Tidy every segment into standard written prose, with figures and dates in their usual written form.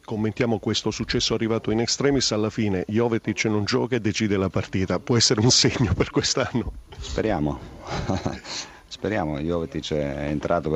Commentiamo questo successo arrivato in extremis, alla fine Jovetic non gioca e decide la partita, può essere un segno per quest'anno? Speriamo, speriamo. Jovetic è entrato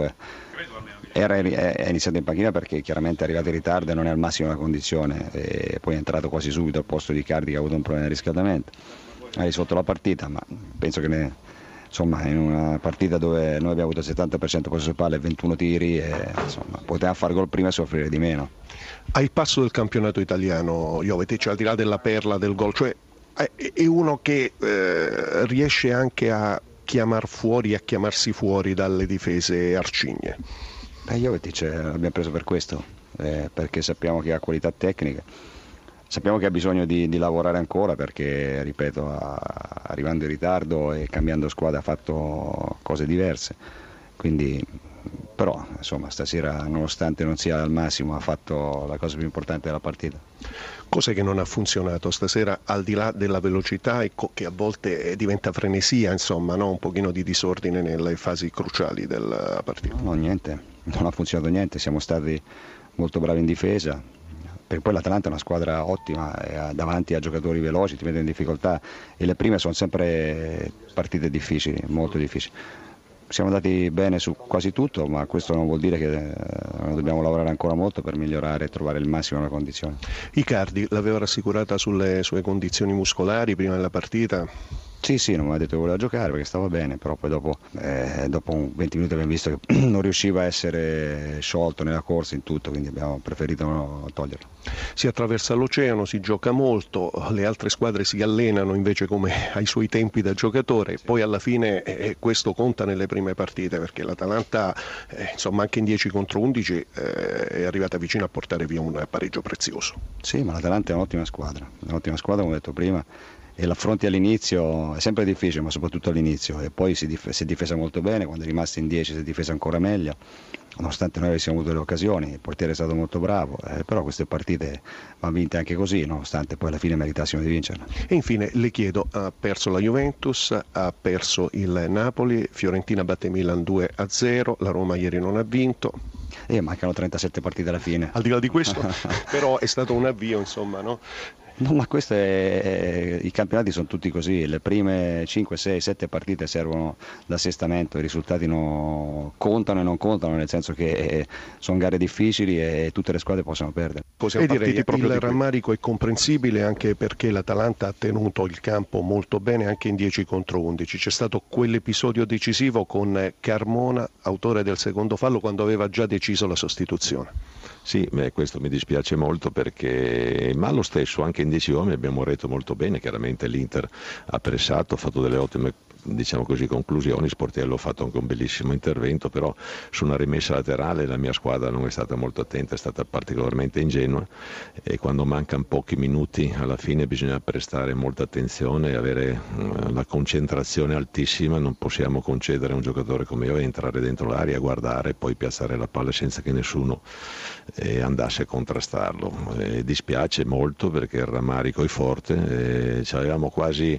è iniziato in panchina perché chiaramente è arrivato in ritardo e non è al massimo della condizione, e poi è entrato quasi subito al posto di Icardi che ha avuto un problema di riscaldamento, ha risolto la partita, ma penso che insomma, in una partita dove noi abbiamo avuto il 70% possesso palla e 21 tiri, insomma, poteva fare gol prima e soffrire di meno. Al passo del campionato italiano Jovetic, al di là della perla del gol, cioè è uno che riesce anche a chiamar fuori, a chiamarsi fuori dalle difese arcigne. Jovetic l'abbiamo preso per questo, perché sappiamo che ha qualità tecniche, sappiamo che ha bisogno di lavorare ancora perché, ripeto, arrivando in ritardo e cambiando squadra ha fatto cose diverse, quindi, però insomma stasera nonostante non sia al massimo ha fatto la cosa più importante della partita. Cos'è che non ha funzionato stasera, al di là della velocità che a volte diventa frenesia, insomma, no? Un pochino di disordine nelle fasi cruciali della partita? No, niente, non ha funzionato niente, siamo stati molto bravi in difesa, perché poi l'Atalanta è una squadra ottima, davanti a giocatori veloci, ti mette in difficoltà, e le prime sono sempre partite difficili, molto difficili. Siamo andati bene su quasi tutto, ma questo non vuol dire che dobbiamo lavorare ancora molto per migliorare e trovare il massimo nella condizione. Icardi l'aveva rassicurata sulle sue condizioni muscolari prima della partita? Sì, non mi ha detto che voleva giocare perché stava bene, però poi dopo 20 minuti abbiamo visto che non riusciva a essere sciolto nella corsa in tutto, quindi abbiamo preferito toglierlo. Si attraversa l'oceano, si gioca molto, le altre squadre si allenano invece come ai suoi tempi da giocatore, poi alla fine questo conta nelle prime partite perché l'Atalanta insomma anche in 10 contro 11 è arrivata vicino a portare via un pareggio prezioso. Sì, ma l'Atalanta è un'ottima squadra, come ho detto prima, e l'affronti all'inizio è sempre difficile, ma soprattutto all'inizio, e poi si è difesa molto bene, quando è rimasta in 10 si è difesa ancora meglio, nonostante noi avessimo avuto delle occasioni, il portiere è stato molto bravo, però queste partite vanno vinte anche così, nonostante poi alla fine meritassimo di vincerle. E infine le chiedo, ha perso la Juventus, ha perso il Napoli, Fiorentina batte Milan 2-0, la Roma ieri non ha vinto. Mancano 37 partite alla fine. Al di là di questo, però è stato un avvio, insomma, no? No, ma i campionati sono tutti così, le prime 5, 6, 7 partite servono d'assestamento, i risultati contano e non contano, nel senso che sono gare difficili e tutte le squadre possono perdere. E direi il rammarico è comprensibile anche perché l'Atalanta ha tenuto il campo molto bene anche in 10 contro 11, c'è stato quell'episodio decisivo con Carmona, autore del secondo fallo, quando aveva già deciso la sostituzione. Sì, questo mi dispiace molto ma lo stesso anche in 10 uomini abbiamo retto molto bene, chiaramente l'Inter ha pressato, ha fatto delle ottime, diciamo così, conclusioni, Sportiello ha fatto anche un bellissimo intervento, però su una rimessa laterale la mia squadra non è stata molto attenta, è stata particolarmente ingenua, e quando mancano pochi minuti alla fine bisogna prestare molta attenzione e avere la concentrazione altissima, non possiamo concedere a un giocatore come io entrare dentro l'area, guardare, poi piazzare la palla senza che nessuno andasse a contrastarlo. Dispiace molto perché il rammarico è forte, ci avevamo quasi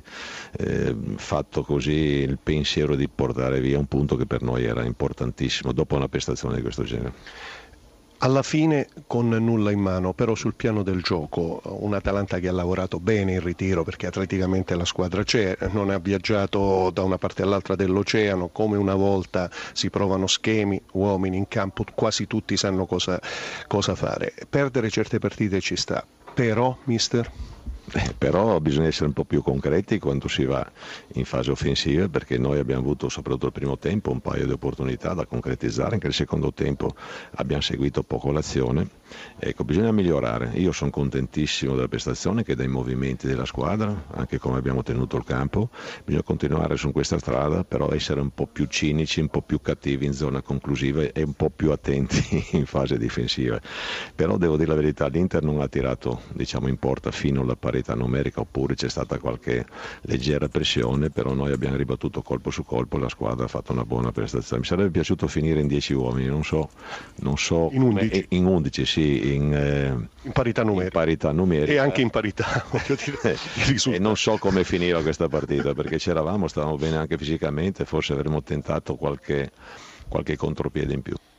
fatto così il pensiero di portare via un punto che per noi era importantissimo dopo una prestazione di questo genere. Alla fine con nulla in mano, però sul piano del gioco, un Atalanta che ha lavorato bene in ritiro perché atleticamente la squadra c'è, non ha viaggiato da una parte all'altra dell'oceano, come una volta si provano schemi, uomini in campo, quasi tutti sanno cosa fare. Perdere certe partite ci sta, però mister? Però bisogna essere un po' più concreti quando si va in fase offensiva, perché noi abbiamo avuto soprattutto il primo tempo un paio di opportunità da concretizzare, anche il secondo tempo abbiamo seguito poco l'azione. Ecco, bisogna migliorare. Io sono contentissimo della prestazione che dai movimenti della squadra, anche come abbiamo tenuto il campo. Bisogna continuare su questa strada, però essere un po' più cinici, un po' più cattivi in zona conclusiva e un po' più attenti in fase difensiva. Però devo dire la verità, l'Inter non ha tirato, diciamo, in porta fino alla parità numerica, oppure c'è stata qualche leggera pressione, però noi abbiamo ribattuto colpo su colpo, la squadra ha fatto una buona prestazione. Mi sarebbe piaciuto finire in 10 uomini, non so in 11, in 11 sì, in parità numerica e anche in parità voglio dire, e non so come finiva questa partita, perché stavamo bene anche fisicamente, forse avremmo tentato qualche contropiede in più.